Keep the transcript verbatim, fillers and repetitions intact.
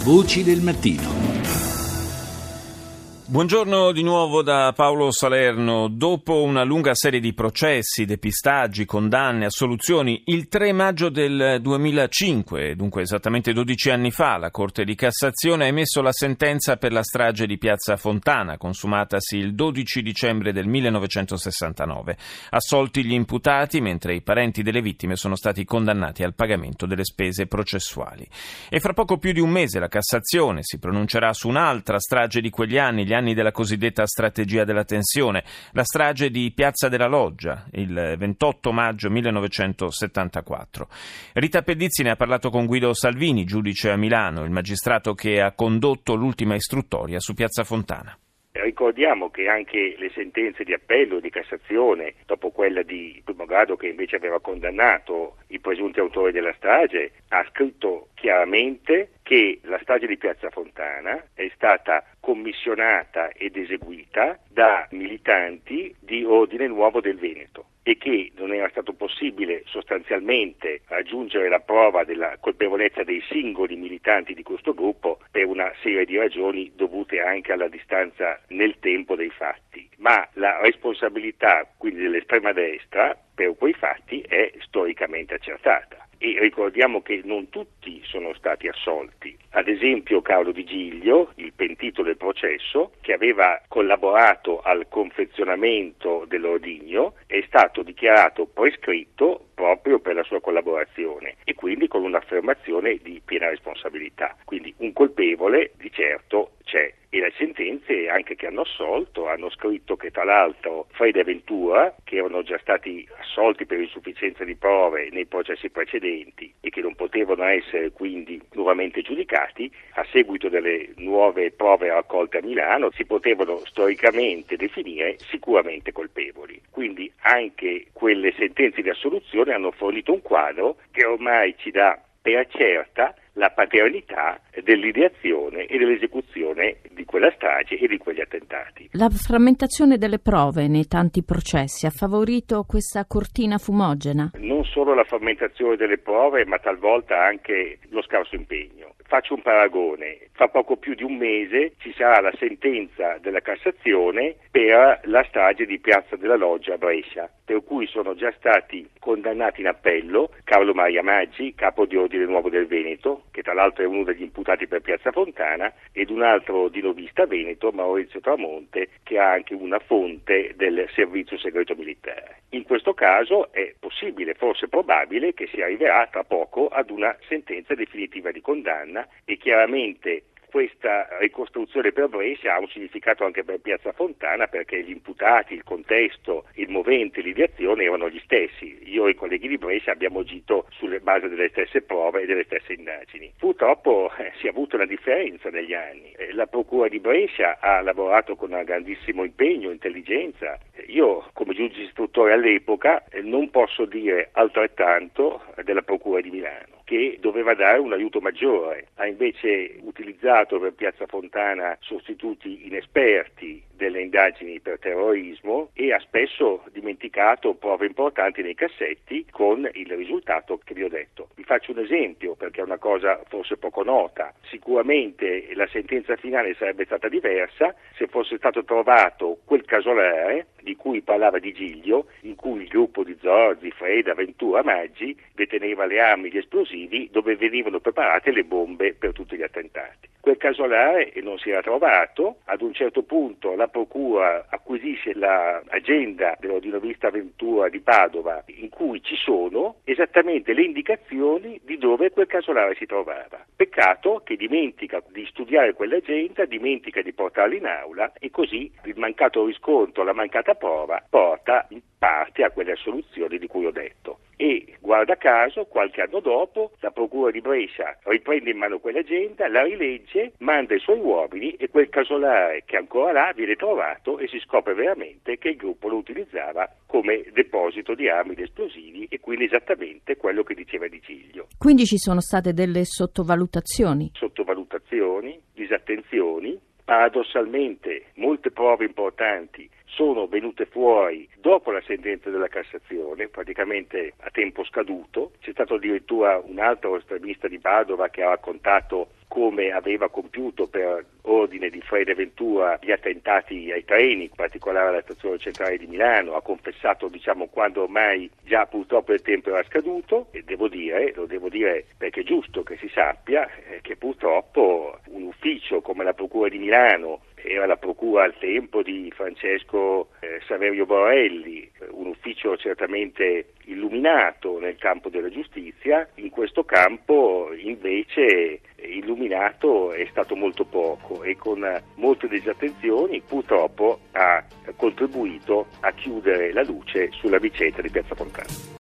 Voci del mattino. Buongiorno di nuovo da Paolo Salerno. Dopo una lunga serie di processi, depistaggi, condanne, assoluzioni, il tre maggio del duemilacinque, dunque esattamente dodici anni fa, la Corte di Cassazione ha emesso la sentenza per la strage di Piazza Fontana, consumatasi il dodici dicembre del millenovecentosessantanove. Assolti gli imputati, mentre i parenti delle vittime sono stati condannati al pagamento delle spese processuali. E fra poco più di un mese la Cassazione si pronuncerà su un'altra strage di quegli anni, gli anni della cosiddetta strategia della tensione, la strage di Piazza della Loggia, il ventotto maggio millenovecentosettantaquattro. Rita Pedizzi ne ha parlato con Guido Salvini, giudice a Milano, il magistrato che ha condotto l'ultima istruttoria su Piazza Fontana. Ricordiamo che anche le sentenze di appello e di Cassazione, dopo quella di primo grado che invece aveva condannato i presunti autori della strage, ha scritto chiaramente che la strage di Piazza Fontana è stata commissionata ed eseguita da militanti di Ordine Nuovo del Veneto e che non era stato possibile sostanzialmente raggiungere la prova della colpevolezza dei singoli militanti di questo gruppo per una serie di ragioni dovute anche alla distanza nel tempo dei fatti. Ma la responsabilità quindi dell'estrema destra per quei fatti è storicamente accertata. E ricordiamo che non tutti sono stati assolti. Ad esempio Carlo Di Giglio, il pentito del processo, che aveva collaborato al confezionamento dell'ordigno, è stato dichiarato prescritto proprio per la sua collaborazione e quindi con un'affermazione di piena responsabilità. Quindi un colpevole di certo c'è. E le sentenze anche che hanno assolto hanno scritto che tra l'altro Freda e Ventura, che erano già stati assolti per insufficienza di prove nei processi precedenti e che non potevano essere quindi nuovamente giudicati, a seguito delle nuove prove raccolte a Milano si potevano storicamente definire sicuramente colpevoli. Quindi anche quelle sentenze di assoluzione hanno fornito un quadro che ormai ci dà per certa la paternità dell'ideazione e dell'esecuzione di quella strage e di quegli attentati. La frammentazione delle prove nei tanti processi ha favorito questa cortina fumogena? Non solo la frammentazione delle prove, ma talvolta anche lo scarso impegno. Faccio un paragone. Fra poco più di un mese ci sarà la sentenza della Cassazione per la strage di Piazza della Loggia a Brescia, per cui sono già stati condannati in appello Carlo Maria Maggi, capo di Ordine Nuovo del Veneto, che tra l'altro è uno degli imputati per Piazza Fontana, ed un altro dinovista veneto, Maurizio Tramonte, che ha anche una fonte del servizio segreto militare. In questo caso è possibile, forse probabile, che si arriverà tra poco ad una sentenza definitiva di condanna e chiaramente questa ricostruzione per Brescia ha un significato anche per Piazza Fontana, perché gli imputati, il contesto, il movente, l'ideazione erano gli stessi. Io e i colleghi di Brescia abbiamo agito sulle basi delle stesse prove e delle stesse indagini. Purtroppo eh, si è avuta una differenza negli anni. Eh, la Procura di Brescia ha lavorato con un grandissimo impegno, intelligenza. Io, come giudice istruttore all'epoca, eh, non posso dire altrettanto della Procura di Milano, che doveva dare un aiuto maggiore. Ha invece utilizzato per Piazza Fontana sostituti inesperti delle indagini per terrorismo e ha spesso dimenticato prove importanti nei cassetti, con il risultato che vi ho detto. Vi faccio un esempio perché è una cosa forse poco nota. Sicuramente la sentenza finale sarebbe stata diversa se fosse stato trovato quel casolare di cui parlava Di Giglio, in cui il gruppo di Zorzi, Freda, Ventura, Maggi deteneva le armi, gli esplosivi, dove venivano preparate le bombe per tutti gli attentati. Quel casolare non si era trovato. Ad un certo punto la procura acquisisce l'agenda dell'ordinavista Ventura di Padova, in cui ci sono esattamente le indicazioni di dove quel casolare si trovava. Peccato che dimentica di studiare quell'agenda, dimentica di portarla in aula e così il mancato riscontro, la mancata prova porta in parte a quelle assoluzioni di cui ho detto. E guarda caso, qualche anno dopo, la Procura di Brescia riprende in mano quell'agenda, la rilegge, manda i suoi uomini e quel casolare che è ancora là viene trovato e si scopre veramente che il gruppo lo utilizzava come deposito di armi ed esplosivi e quindi esattamente quello che diceva Di Giglio. Quindi ci sono state delle sottovalutazioni? Sottovalutazioni, disattenzioni. Paradossalmente molte prove importanti sono venute fuori dopo la sentenza della Cassazione, praticamente a tempo scaduto. C'è stato addirittura un altro estremista di Padova che ha raccontato come aveva compiuto per ordine di Frede Ventura gli attentati ai treni, in particolare alla stazione centrale di Milano, ha confessato diciamo quando ormai già purtroppo il tempo era scaduto, e devo dire, lo devo dire perché è giusto che si sappia eh, che purtroppo un ufficio come la Procura di Milano, era la procura al tempo di Francesco eh, Saverio Borrelli, un ufficio certamente illuminato nel campo della giustizia, in questo campo invece illuminato è stato molto poco e con molte disattenzioni purtroppo ha contribuito a chiudere la luce sulla vicenda di Piazza Fontana.